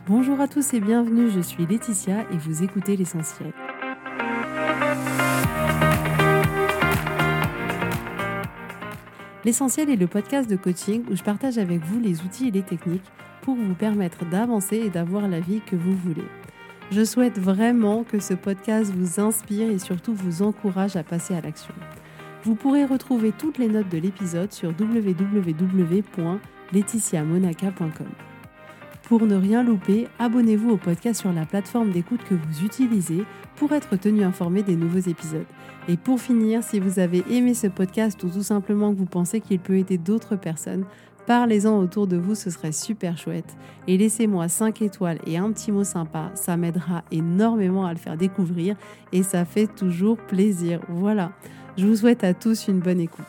Bonjour à tous et bienvenue, je suis Laetitia et vous écoutez l'essentiel. L'essentiel est le podcast de coaching où je partage avec vous les outils et les techniques pour vous permettre d'avancer et d'avoir la vie que vous voulez. Je souhaite vraiment que ce podcast vous inspire et surtout vous encourage à passer à l'action. Vous pourrez retrouver toutes les notes de l'épisode sur www.laetitiamonaca.com. Pour ne rien louper, abonnez-vous au podcast sur la plateforme d'écoute que vous utilisez pour être tenu informé des nouveaux épisodes. Et pour finir, si vous avez aimé ce podcast ou tout simplement que vous pensez qu'il peut aider d'autres personnes, parlez-en autour de vous, ce serait super chouette. Et laissez-moi 5 étoiles et un petit mot sympa, ça m'aidera énormément à le faire découvrir et ça fait toujours plaisir. Voilà, je vous souhaite à tous une bonne écoute.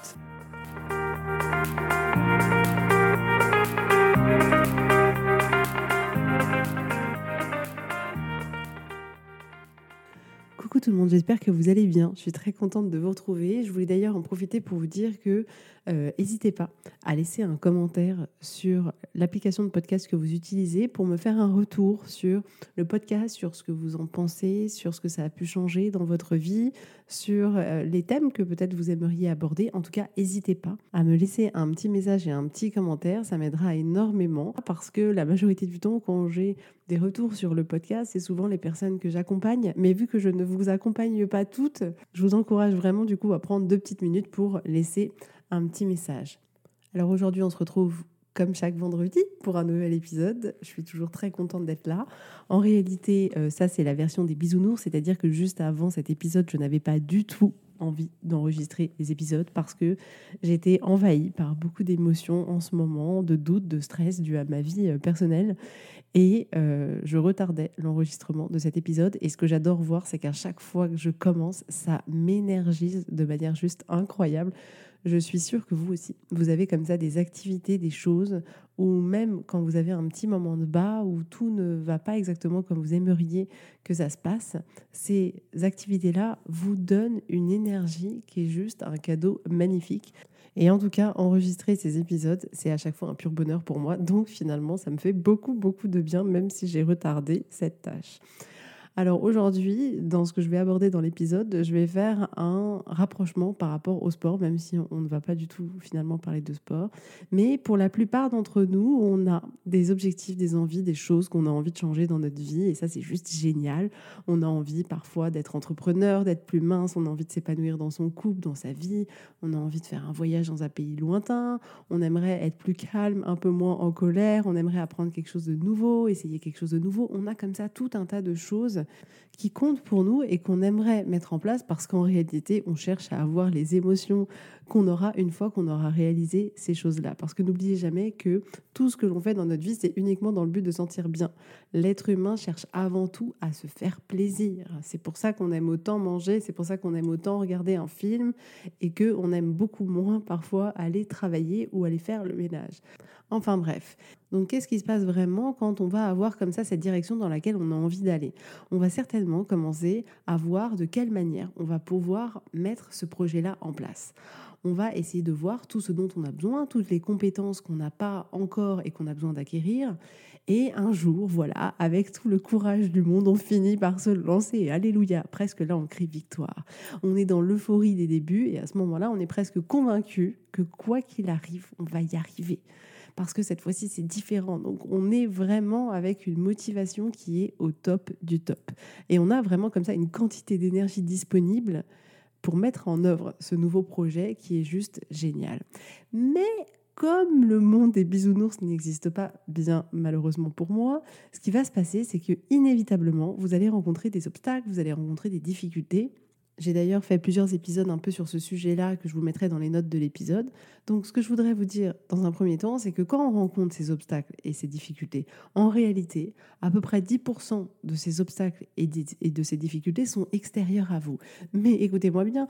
Coucou tout le monde, j'espère que vous allez bien. Je suis très contente de vous retrouver. Je voulais d'ailleurs en profiter pour vous dire que n'hésitez pas à laisser un commentaire sur l'application de podcast que vous utilisez pour me faire un retour sur le podcast, sur ce que vous en pensez, sur ce que ça a pu changer dans votre vie, sur les thèmes que peut-être vous aimeriez aborder. En tout cas, n'hésitez pas à me laisser un petit message et un petit commentaire. Ça m'aidera énormément parce que la majorité du temps, quand j'ai des retours sur le podcast, c'est souvent les personnes que j'accompagne. Mais vu que je ne vous accompagne pas toutes, je vous encourage vraiment du coup à prendre 2 petites minutes pour laisser un petit message. Alors aujourd'hui, on se retrouve comme chaque vendredi pour un nouvel épisode. Je suis toujours très contente d'être là. En réalité, ça c'est la version des bisounours, c'est-à-dire que juste avant cet épisode, je n'avais pas du tout envie d'enregistrer les épisodes parce que j'étais envahie par beaucoup d'émotions en ce moment, de doutes, de stress dû à ma vie personnelle. Et je retardais l'enregistrement de cet épisode. Et ce que j'adore voir, c'est qu'à chaque fois que je commence, ça m'énergise de manière juste incroyable. Je suis sûre que vous aussi, vous avez comme ça des activités, des choses, ou même quand vous avez un petit moment de bas, où tout ne va pas exactement comme vous aimeriez que ça se passe, ces activités-là vous donnent une énergie qui est juste un cadeau magnifique. Et en tout cas, enregistrer ces épisodes, c'est à chaque fois un pur bonheur pour moi. Donc finalement, ça me fait beaucoup, beaucoup de bien, même si j'ai retardé cette tâche. Alors aujourd'hui, dans ce que je vais aborder dans l'épisode, je vais faire un rapprochement par rapport au sport, même si on ne va pas du tout finalement parler de sport. Mais pour la plupart d'entre nous, on a des objectifs, des envies, des choses qu'on a envie de changer dans notre vie. Et ça, c'est juste génial. On a envie parfois d'être entrepreneur, d'être plus mince. On a envie de s'épanouir dans son couple, dans sa vie. On a envie de faire un voyage dans un pays lointain. On aimerait être plus calme, un peu moins en colère. On aimerait apprendre quelque chose de nouveau, essayer quelque chose de nouveau. On a comme ça tout un tas de choses qui comptent pour nous et qu'on aimerait mettre en place parce qu'en réalité, on cherche à avoir les émotions qu'on aura une fois qu'on aura réalisé ces choses-là. Parce que n'oubliez jamais que tout ce que l'on fait dans notre vie, c'est uniquement dans le but de sentir bien. L'être humain cherche avant tout à se faire plaisir. C'est pour ça qu'on aime autant manger, c'est pour ça qu'on aime autant regarder un film et qu'on aime beaucoup moins parfois aller travailler ou aller faire le ménage. Enfin bref. Donc qu'est-ce qui se passe vraiment quand on va avoir comme ça cette direction dans laquelle on a envie d'aller ? On va certainement commencer à voir de quelle manière on va pouvoir mettre ce projet-là en place. On va essayer de voir tout ce dont on a besoin, toutes les compétences qu'on n'a pas encore et qu'on a besoin d'acquérir. Et un jour, voilà, avec tout le courage du monde, on finit par se lancer. Et alléluia, presque là, on crie victoire. On est dans l'euphorie des débuts et à ce moment-là, on est presque convaincu que quoi qu'il arrive, on va y arriver. Parce que cette fois-ci, c'est différent. Donc, on est vraiment avec une motivation qui est au top du top. Et on a vraiment comme ça une quantité d'énergie disponible pour mettre en œuvre ce nouveau projet qui est juste génial. Mais comme le monde des bisounours n'existe pas, bien malheureusement pour moi, ce qui va se passer, c'est que inévitablement, vous allez rencontrer des obstacles, vous allez rencontrer des difficultés. J'ai d'ailleurs fait plusieurs épisodes un peu sur ce sujet-là que je vous mettrai dans les notes de l'épisode. Donc ce que je voudrais vous dire dans un premier temps, c'est que quand on rencontre ces obstacles et ces difficultés, en réalité, à peu près 10% de ces obstacles et de ces difficultés sont extérieurs à vous. Mais écoutez-moi bien,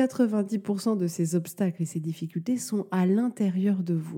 90% de ces obstacles et ces difficultés sont à l'intérieur de vous.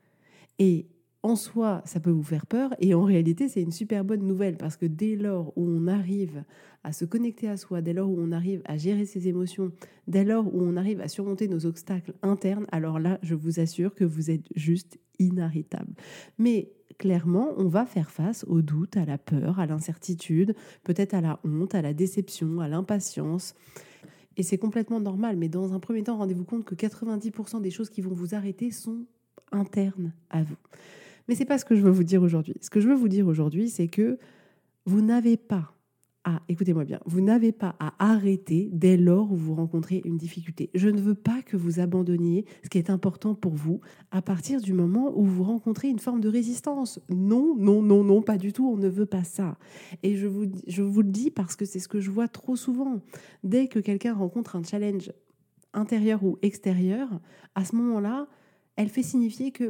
Et en soi, ça peut vous faire peur et en réalité, c'est une super bonne nouvelle parce que dès lors où on arrive à se connecter à soi, dès lors où on arrive à gérer ses émotions, dès lors où on arrive à surmonter nos obstacles internes, alors là, je vous assure que vous êtes juste inarrêtable. Mais clairement, on va faire face au doute, à la peur, à l'incertitude, peut-être à la honte, à la déception, à l'impatience. Et c'est complètement normal, mais dans un premier temps, rendez-vous compte que 90% des choses qui vont vous arrêter sont internes à vous. Mais c'est pas ce que je veux vous dire aujourd'hui. Ce que je veux vous dire aujourd'hui, c'est que vous n'avez pas écoutez-moi bien, vous n'avez pas à arrêter dès lors où vous rencontrez une difficulté. Je ne veux pas que vous abandonniez ce qui est important pour vous à partir du moment où vous rencontrez une forme de résistance. Non, non, non, non, pas du tout, on ne veut pas ça. Et je vous le dis parce que c'est ce que je vois trop souvent. Dès que quelqu'un rencontre un challenge intérieur ou extérieur, à ce moment-là, elle fait signifier que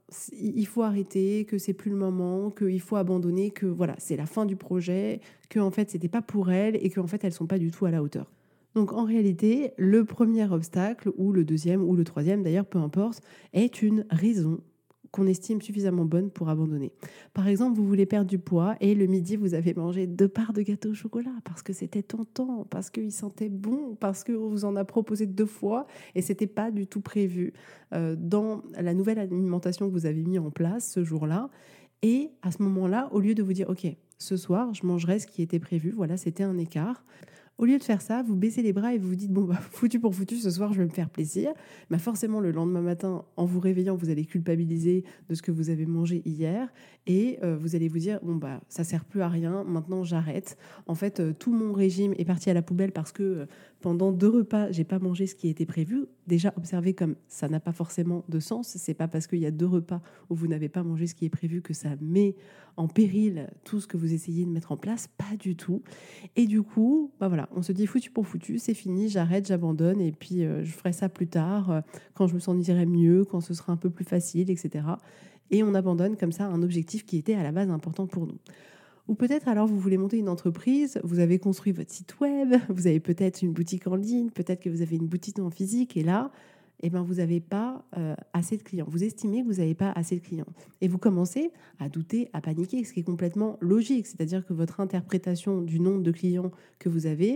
il faut arrêter, que c'est plus le moment, qu'il faut abandonner, que voilà, c'est la fin du projet, que en fait c'était pas pour elles et qu'en fait elles sont pas du tout à la hauteur. Donc en réalité, le premier obstacle ou le deuxième ou le troisième d'ailleurs, peu importe, est une raison qu'on estime suffisamment bonne pour abandonner. Par exemple, vous voulez perdre du poids et le midi, vous avez mangé 2 parts de gâteau au chocolat parce que c'était tentant, parce qu'il sentait bon, parce qu'on vous en a proposé 2 fois et c'était pas du tout prévu dans la nouvelle alimentation que vous avez mis en place ce jour-là. Et à ce moment-là, au lieu de vous dire, OK, ce soir, je mangerai ce qui était prévu, voilà, c'était un écart. Au lieu de faire ça, vous baissez les bras et vous vous dites, bon, foutu pour foutu, ce soir, je vais me faire plaisir. Forcément, le lendemain matin, en vous réveillant, vous allez culpabiliser de ce que vous avez mangé hier et vous allez vous dire, bon, ça sert plus à rien, maintenant, j'arrête. En fait, tout mon régime est parti à la poubelle parce que pendant 2 repas, j'ai pas mangé ce qui était prévu. Déjà, observez comme ça n'a pas forcément de sens. C'est pas parce qu'il y a 2 repas où vous n'avez pas mangé ce qui est prévu que ça met en péril tout ce que vous essayez de mettre en place. Pas du tout. Et du coup, voilà, on se dit foutu pour foutu, c'est fini, j'arrête, j'abandonne et puis je ferai ça plus tard, quand je me sentirai mieux, quand ce sera un peu plus facile, etc. Et on abandonne comme ça un objectif qui était à la base important pour nous. Ou peut-être alors vous voulez monter une entreprise, vous avez construit votre site web, vous avez peut-être une boutique en ligne, peut-être que vous avez une boutique en physique et là, vous n'avez pas assez de clients. Vous estimez que vous n'avez pas assez de clients. Et vous commencez à douter, à paniquer, ce qui est complètement logique. C'est-à-dire que votre interprétation du nombre de clients que vous avez,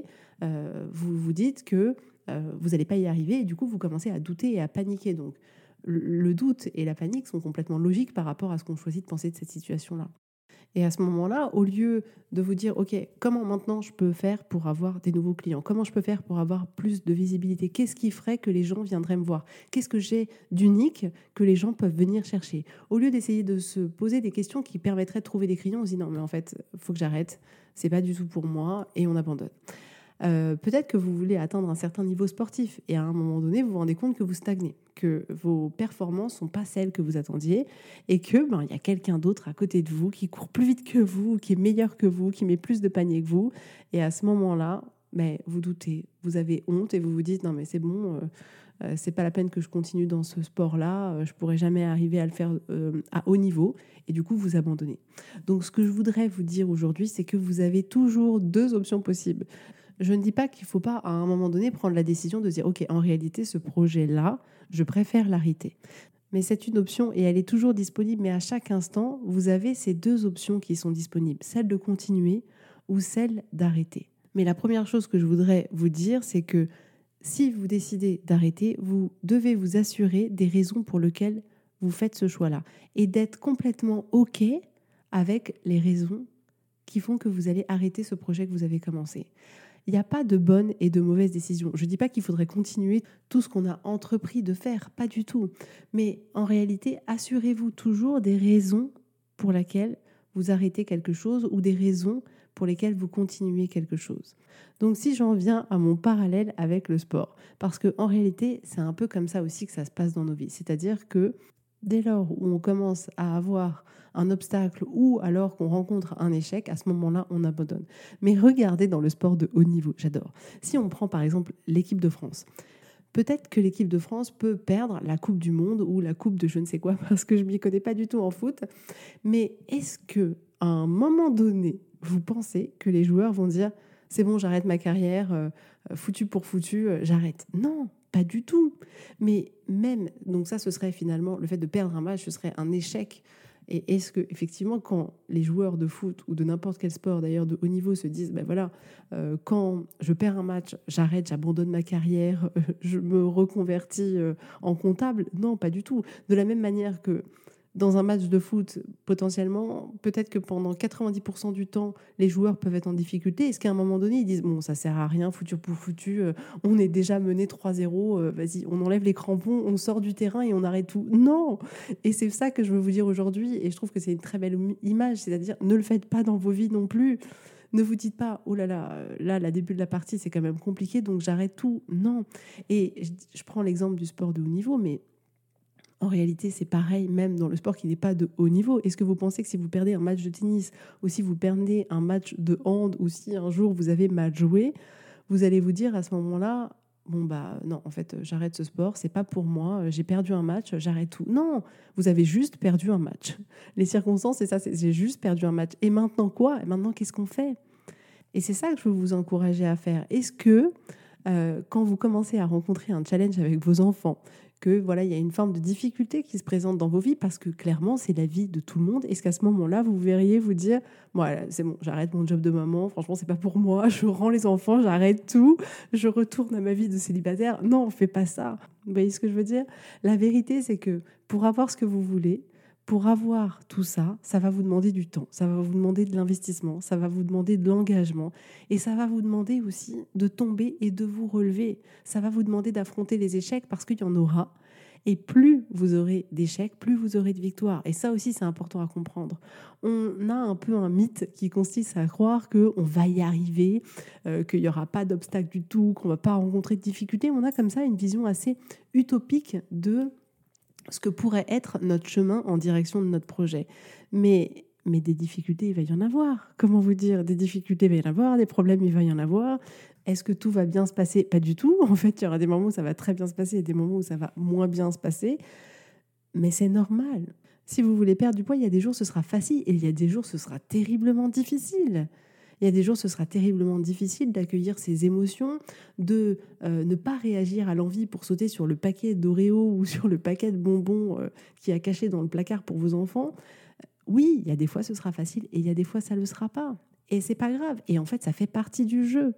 vous vous dites que vous n'allez pas y arriver et du coup, vous commencez à douter et à paniquer. Donc, le doute et la panique sont complètement logiques par rapport à ce qu'on choisit de penser de cette situation-là. Et à ce moment-là, au lieu de vous dire, OK, comment maintenant je peux faire pour avoir des nouveaux clients? Comment je peux faire pour avoir plus de visibilité? Qu'est-ce qui ferait que les gens viendraient me voir? Qu'est-ce que j'ai d'unique que les gens peuvent venir chercher? Au lieu d'essayer de se poser des questions qui permettraient de trouver des clients, on se dit, non, mais en fait, il faut que j'arrête. C'est pas du tout pour moi et on abandonne. Peut-être que vous voulez atteindre un certain niveau sportif et à un moment donné, vous vous rendez compte que vous stagnez, que vos performances ne sont pas celles que vous attendiez et que il y a quelqu'un d'autre à côté de vous qui court plus vite que vous, qui est meilleur que vous, qui met plus de paniers que vous. Et à ce moment-là, vous doutez, vous avez honte et vous vous dites non mais c'est bon, c'est pas la peine que je continue dans ce sport-là, je pourrai jamais arriver à le faire à haut niveau et du coup vous abandonnez. Donc ce que je voudrais vous dire aujourd'hui, c'est que vous avez toujours 2 options possibles. Je ne dis pas qu'il ne faut pas, à un moment donné, prendre la décision de dire « Ok, en réalité, ce projet-là, je préfère l'arrêter ». Mais c'est une option et elle est toujours disponible. Mais à chaque instant, vous avez ces 2 options qui sont disponibles, celle de continuer ou celle d'arrêter. Mais la première chose que je voudrais vous dire, c'est que si vous décidez d'arrêter, vous devez vous assurer des raisons pour lesquelles vous faites ce choix-là et d'être complètement OK avec les raisons qui font que vous allez arrêter ce projet que vous avez commencé. Il n'y a pas de bonne et de mauvaise décision. Je ne dis pas qu'il faudrait continuer tout ce qu'on a entrepris de faire, pas du tout. Mais en réalité, assurez-vous toujours des raisons pour lesquelles vous arrêtez quelque chose ou des raisons pour lesquelles vous continuez quelque chose. Donc si j'en viens à mon parallèle avec le sport, parce qu'en réalité, c'est un peu comme ça aussi que ça se passe dans nos vies. C'est-à-dire que dès lors où on commence à avoir un obstacle ou alors qu'on rencontre un échec, à ce moment-là, on abandonne. Mais regardez dans le sport de haut niveau, j'adore. Si on prend par exemple l'équipe de France, peut-être que l'équipe de France peut perdre la Coupe du Monde ou la Coupe de je ne sais quoi, parce que je ne m'y connais pas du tout en foot. Mais est-ce que à un moment donné, vous pensez que les joueurs vont dire « c'est bon, j'arrête ma carrière, foutu pour foutu, j'arrête ». Non, pas du tout. Mais même, donc ça, ce serait finalement, le fait de perdre un match, ce serait un échec. Et est-ce que effectivement, quand les joueurs de foot ou de n'importe quel sport d'ailleurs de haut niveau se disent, quand je perds un match, j'arrête, j'abandonne ma carrière, je me reconvertis en comptable. Non, pas du tout. De la même manière que dans un match de foot, potentiellement, peut-être que pendant 90% du temps, les joueurs peuvent être en difficulté. Est-ce qu'à un moment donné, ils disent bon, ça sert à rien, foutu pour foutu, on est déjà mené 3-0, vas-y, on enlève les crampons, on sort du terrain et on arrête tout. Non. Et c'est ça que je veux vous dire aujourd'hui. Et je trouve que c'est une très belle image, c'est-à-dire ne le faites pas dans vos vies non plus. Ne vous dites pas, oh là là, là, le début de la partie, c'est quand même compliqué, donc j'arrête tout. Non. Et je prends l'exemple du sport de haut niveau, mais en réalité, c'est pareil, même dans le sport qui n'est pas de haut niveau. Est-ce que vous pensez que si vous perdez un match de tennis, ou si vous perdez un match de hand, ou si un jour vous avez mal joué, vous allez vous dire à ce moment-là, bon bah non, en fait, j'arrête ce sport, c'est pas pour moi, j'ai perdu un match, j'arrête tout. Non, vous avez juste perdu un match. Les circonstances, c'est ça, j'ai juste perdu un match. Et maintenant quoi? Et maintenant, qu'est-ce qu'on fait? Et c'est ça que je veux vous encourager à faire. Est-ce que quand vous commencez à rencontrer un challenge avec vos enfants, que voilà, il y a une forme de difficulté qui se présente dans vos vies, parce que clairement, c'est la vie de tout le monde, est-ce qu'à ce moment-là, vous verriez vous dire, voilà, c'est bon, j'arrête mon job de maman, franchement, c'est pas pour moi, je rends les enfants, j'arrête tout, je retourne à ma vie de célibataire. Non, on fait pas ça. Vous voyez ce que je veux dire? La vérité, c'est que pour avoir ce que vous voulez, pour avoir tout ça, ça va vous demander du temps, ça va vous demander de l'investissement, ça va vous demander de l'engagement, et ça va vous demander aussi de tomber et de vous relever. Ça va vous demander d'affronter les échecs, parce qu'il y en aura. Et plus vous aurez d'échecs, plus vous aurez de victoires. Et ça aussi, c'est important à comprendre. On a un peu un mythe qui consiste à croire qu'on va y arriver, qu'il n'y aura pas d'obstacle du tout, qu'on ne va pas rencontrer de difficultés. On a comme ça une vision assez utopique de ce que pourrait être notre chemin en direction de notre projet. Mais des difficultés, il va y en avoir. Comment vous dire? Des difficultés, il va y en avoir, des problèmes, il va y en avoir. Est-ce que tout va bien se passer? Pas du tout. En fait, il y aura des moments où ça va très bien se passer et des moments où ça va moins bien se passer. Mais c'est normal. Si vous voulez perdre du poids, il y a des jours, ce sera facile et il y a des jours, ce sera terriblement difficile. Il y a des jours, ce sera terriblement difficile d'accueillir ces émotions, de ne pas réagir à l'envie pour sauter sur le paquet d'Oreo ou sur le paquet de bonbons qui a caché dans le placard pour vos enfants. Oui, il y a des fois, ce sera facile et il y a des fois, ça ne le sera pas. Et c'est pas grave. Et en fait, ça fait partie du jeu.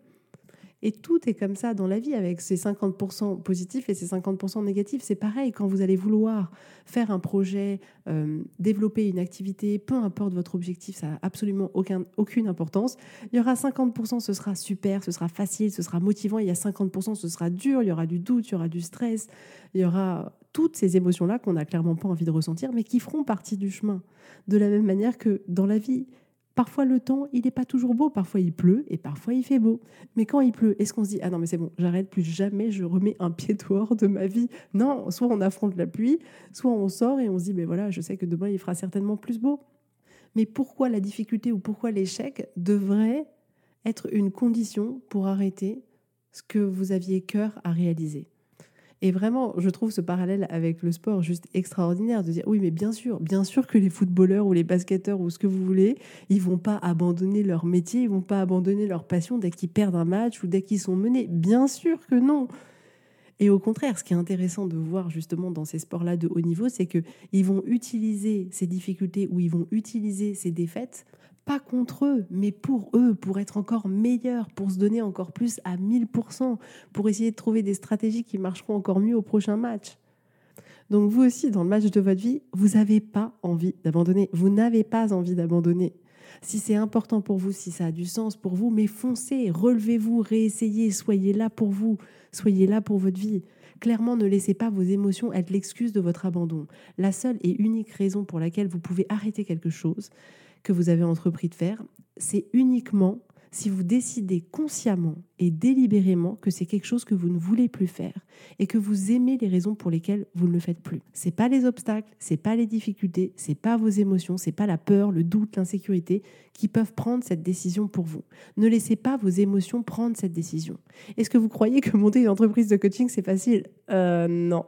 Et tout est comme ça dans la vie, avec ses 50% positifs et ses 50% négatifs. C'est pareil, quand vous allez vouloir faire un projet, développer une activité, peu importe votre objectif, ça n'a absolument aucune importance. Il y aura 50%, ce sera super, ce sera facile, ce sera motivant. Il y a 50%, ce sera dur, il y aura du doute, il y aura du stress, il y aura toutes ces émotions-là qu'on n'a clairement pas envie de ressentir, mais qui feront partie du chemin. De la même manière que dans la vie, parfois, le temps, il n'est pas toujours beau. Parfois, il pleut et parfois, il fait beau. Mais quand il pleut, est-ce qu'on se dit « Ah non, mais c'est bon, j'arrête, plus jamais je remets un pied dehors de ma vie ?» Non, soit on affronte la pluie, soit on sort et on se dit « Mais voilà, je sais que demain, il fera certainement plus beau. » Mais pourquoi la difficulté ou pourquoi l'échec devrait être une condition pour arrêter ce que vous aviez cœur à réaliser? Et vraiment, je trouve ce parallèle avec le sport juste extraordinaire, de dire oui, mais bien sûr que les footballeurs ou les basketteurs ou ce que vous voulez, ils vont pas abandonner leur métier, ils vont pas abandonner leur passion dès qu'ils perdent un match ou dès qu'ils sont menés. Bien sûr que non. Et au contraire, ce qui est intéressant de voir justement dans ces sports-là de haut niveau, c'est qu'ils vont utiliser ces difficultés ou ils vont utiliser ces défaites, pas contre eux, pour être encore meilleurs, pour se donner encore plus à 1000%, pour essayer de trouver des stratégies qui marcheront encore mieux au prochain match. Donc vous aussi, dans le match de votre vie, vous n'avez pas envie d'abandonner. Vous n'avez pas envie d'abandonner. Si c'est important pour vous, si ça a du sens pour vous, mais foncez, relevez-vous, réessayez, soyez là pour vous, soyez là pour votre vie. Clairement, ne laissez pas vos émotions être l'excuse de votre abandon. La seule et unique raison pour laquelle vous pouvez arrêter quelque chose que vous avez entrepris de faire, c'est uniquement si vous décidez consciemment et délibérément que c'est quelque chose que vous ne voulez plus faire et que vous aimez les raisons pour lesquelles vous ne le faites plus. C'est pas les obstacles, c'est pas les difficultés, c'est pas vos émotions, c'est pas la peur, le doute, l'insécurité qui peuvent prendre cette décision pour vous. Ne laissez pas vos émotions prendre cette décision. Est-ce que vous croyez que monter une entreprise de coaching c'est facile? Non.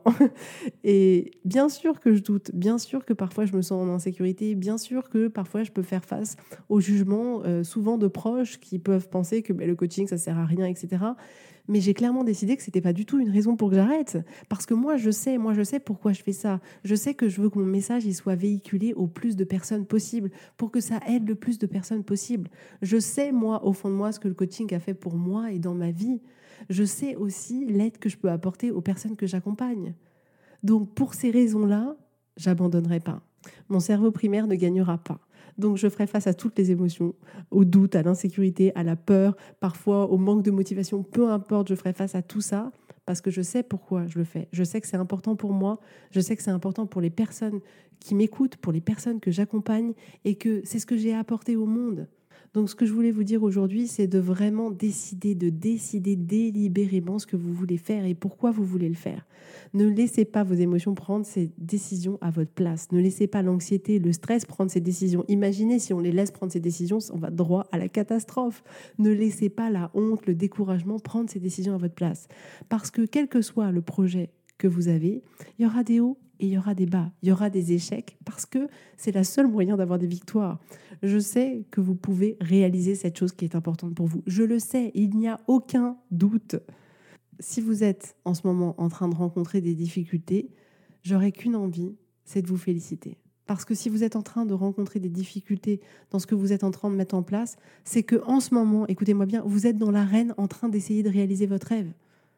Et bien sûr que je doute, bien sûr que parfois je me sens en insécurité, bien sûr que parfois je peux faire face au jugement, souvent de proches qui peuvent penser que le coaching ça sert à rien, etc. Mais j'ai clairement décidé que c'était pas du tout une raison pour que j'arrête, parce que moi je sais pourquoi je fais ça. Je sais que je veux que mon message il soit véhiculé au plus de personnes possible, pour que ça aide le plus de personnes possible. Je sais moi au fond de moi ce que le coaching a fait pour moi et dans ma vie. Je sais aussi l'aide que je peux apporter aux personnes que j'accompagne. Donc pour ces raisons-là, j'abandonnerai pas. Mon cerveau primaire ne gagnera pas. Donc, je ferai face à toutes les émotions, au doute, à l'insécurité, à la peur, parfois au manque de motivation. Peu importe, je ferai face à tout ça parce que je sais pourquoi je le fais. Je sais que c'est important pour moi. Je sais que c'est important pour les personnes qui m'écoutent, pour les personnes que j'accompagne et que c'est ce que j'ai apporté au monde. Donc, ce que je voulais vous dire aujourd'hui, c'est de vraiment décider délibérément ce que vous voulez faire et pourquoi vous voulez le faire. Ne laissez pas vos émotions prendre ces décisions à votre place. Ne laissez pas l'anxiété, le stress prendre ces décisions. Imaginez si on les laisse prendre ces décisions, on va droit à la catastrophe. Ne laissez pas la honte, le découragement prendre ces décisions à votre place. Parce que quel que soit le projet que vous avez, il y aura des hauts et il y aura des bas, il y aura des échecs parce que c'est le seul moyen d'avoir des victoires. Je sais que vous pouvez réaliser cette chose qui est importante pour vous. Je le sais, il n'y a aucun doute. Si vous êtes en ce moment en train de rencontrer des difficultés, j'aurais qu'une envie, c'est de vous féliciter. Parce que si vous êtes en train de rencontrer des difficultés dans ce que vous êtes en train de mettre en place, c'est que en ce moment, écoutez-moi bien, vous êtes dans l'arène en train d'essayer de réaliser votre rêve.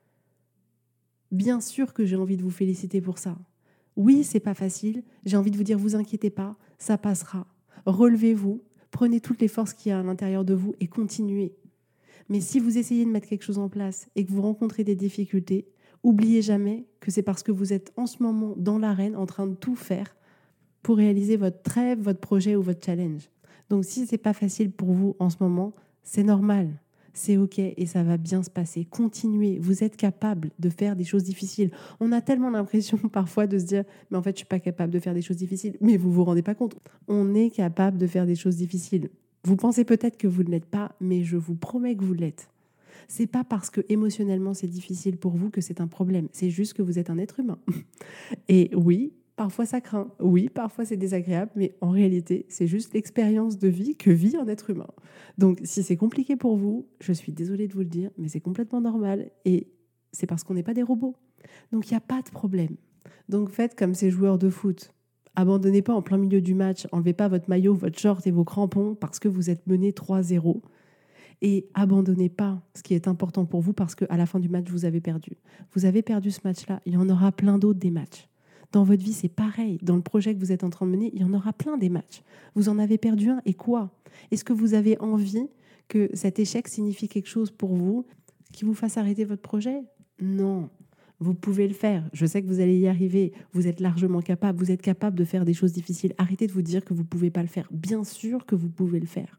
Bien sûr que j'ai envie de vous féliciter pour ça. Oui, c'est pas facile. J'ai envie de vous dire, vous inquiétez pas, ça passera. Relevez-vous, prenez toutes les forces qu'il y a à l'intérieur de vous et continuez. Mais si vous essayez de mettre quelque chose en place et que vous rencontrez des difficultés, oubliez jamais que c'est parce que vous êtes en ce moment dans l'arène en train de tout faire pour réaliser votre rêve, votre projet ou votre challenge. Donc si c'est pas facile pour vous en ce moment, c'est normal. C'est OK et ça va bien se passer. Continuez, vous êtes capable de faire des choses difficiles. On a tellement l'impression parfois de se dire « mais en fait, je ne suis pas capable de faire des choses difficiles ». Mais vous ne vous rendez pas compte. On est capable de faire des choses difficiles. Vous pensez peut-être que vous ne l'êtes pas, mais je vous promets que vous l'êtes. C'est pas parce que émotionnellement c'est difficile pour vous que c'est un problème. C'est juste que vous êtes un être humain. Et oui, parfois ça craint. Oui, parfois c'est désagréable, mais en réalité, c'est juste l'expérience de vie que vit un être humain. Donc, si c'est compliqué pour vous, je suis désolée de vous le dire, mais c'est complètement normal et c'est parce qu'on n'est pas des robots. Donc, il n'y a pas de problème. Donc, faites comme ces joueurs de foot. Abandonnez pas en plein milieu du match, enlevez pas votre maillot, votre short et vos crampons parce que vous êtes mené 3-0. Et abandonnez pas ce qui est important pour vous parce qu'à la fin du match, vous avez perdu. Vous avez perdu ce match-là, il y en aura plein d'autres des matchs. Dans votre vie, c'est pareil. Dans le projet que vous êtes en train de mener, il y en aura plein des matchs. Vous en avez perdu un et quoi ? Est-ce que vous avez envie que cet échec signifie quelque chose pour vous, qui vous fasse arrêter votre projet ? Non. Vous pouvez le faire. Je sais que vous allez y arriver. Vous êtes largement capable. Vous êtes capable de faire des choses difficiles. Arrêtez de vous dire que vous ne pouvez pas le faire. Bien sûr que vous pouvez le faire.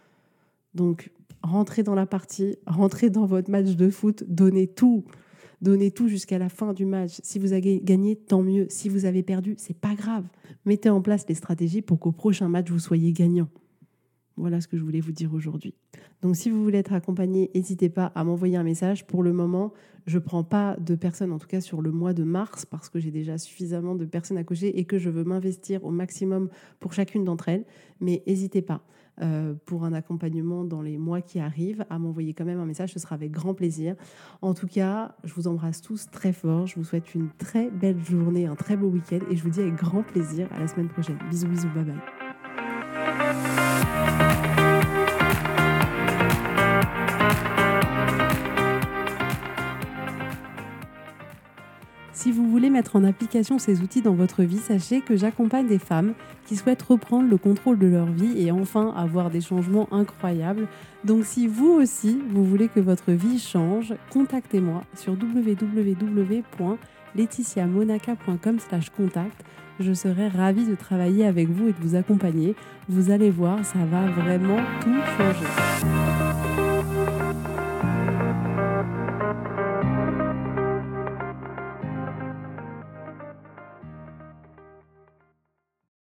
Donc, rentrez dans la partie, rentrez dans votre match de foot, donnez tout. Donnez tout jusqu'à la fin du match. Si vous avez gagné, tant mieux. Si vous avez perdu, c'est pas grave. Mettez en place les stratégies pour qu'au prochain match, vous soyez gagnant. Voilà ce que je voulais vous dire aujourd'hui. Donc, si vous voulez être accompagné, n'hésitez pas à m'envoyer un message. Pour le moment, je ne prends pas de personnes, en tout cas sur le mois de mars, parce que j'ai déjà suffisamment de personnes à coacher et que je veux m'investir au maximum pour chacune d'entre elles. Mais n'hésitez pas. Pour un accompagnement dans les mois qui arrivent, à m'envoyer quand même un message, ce sera avec grand plaisir. En tout cas, je vous embrasse tous très fort, je vous souhaite une très belle journée, un très beau week-end et je vous dis avec grand plaisir à la semaine prochaine. Bisous, bisous, bye bye. Si vous voulez mettre en application ces outils dans votre vie, sachez que j'accompagne des femmes qui souhaitent reprendre le contrôle de leur vie et enfin avoir des changements incroyables. Donc si vous aussi, vous voulez que votre vie change, contactez-moi sur www.laetitiamonaca.com/contact. Je serai ravie de travailler avec vous et de vous accompagner. Vous allez voir, ça va vraiment tout changer.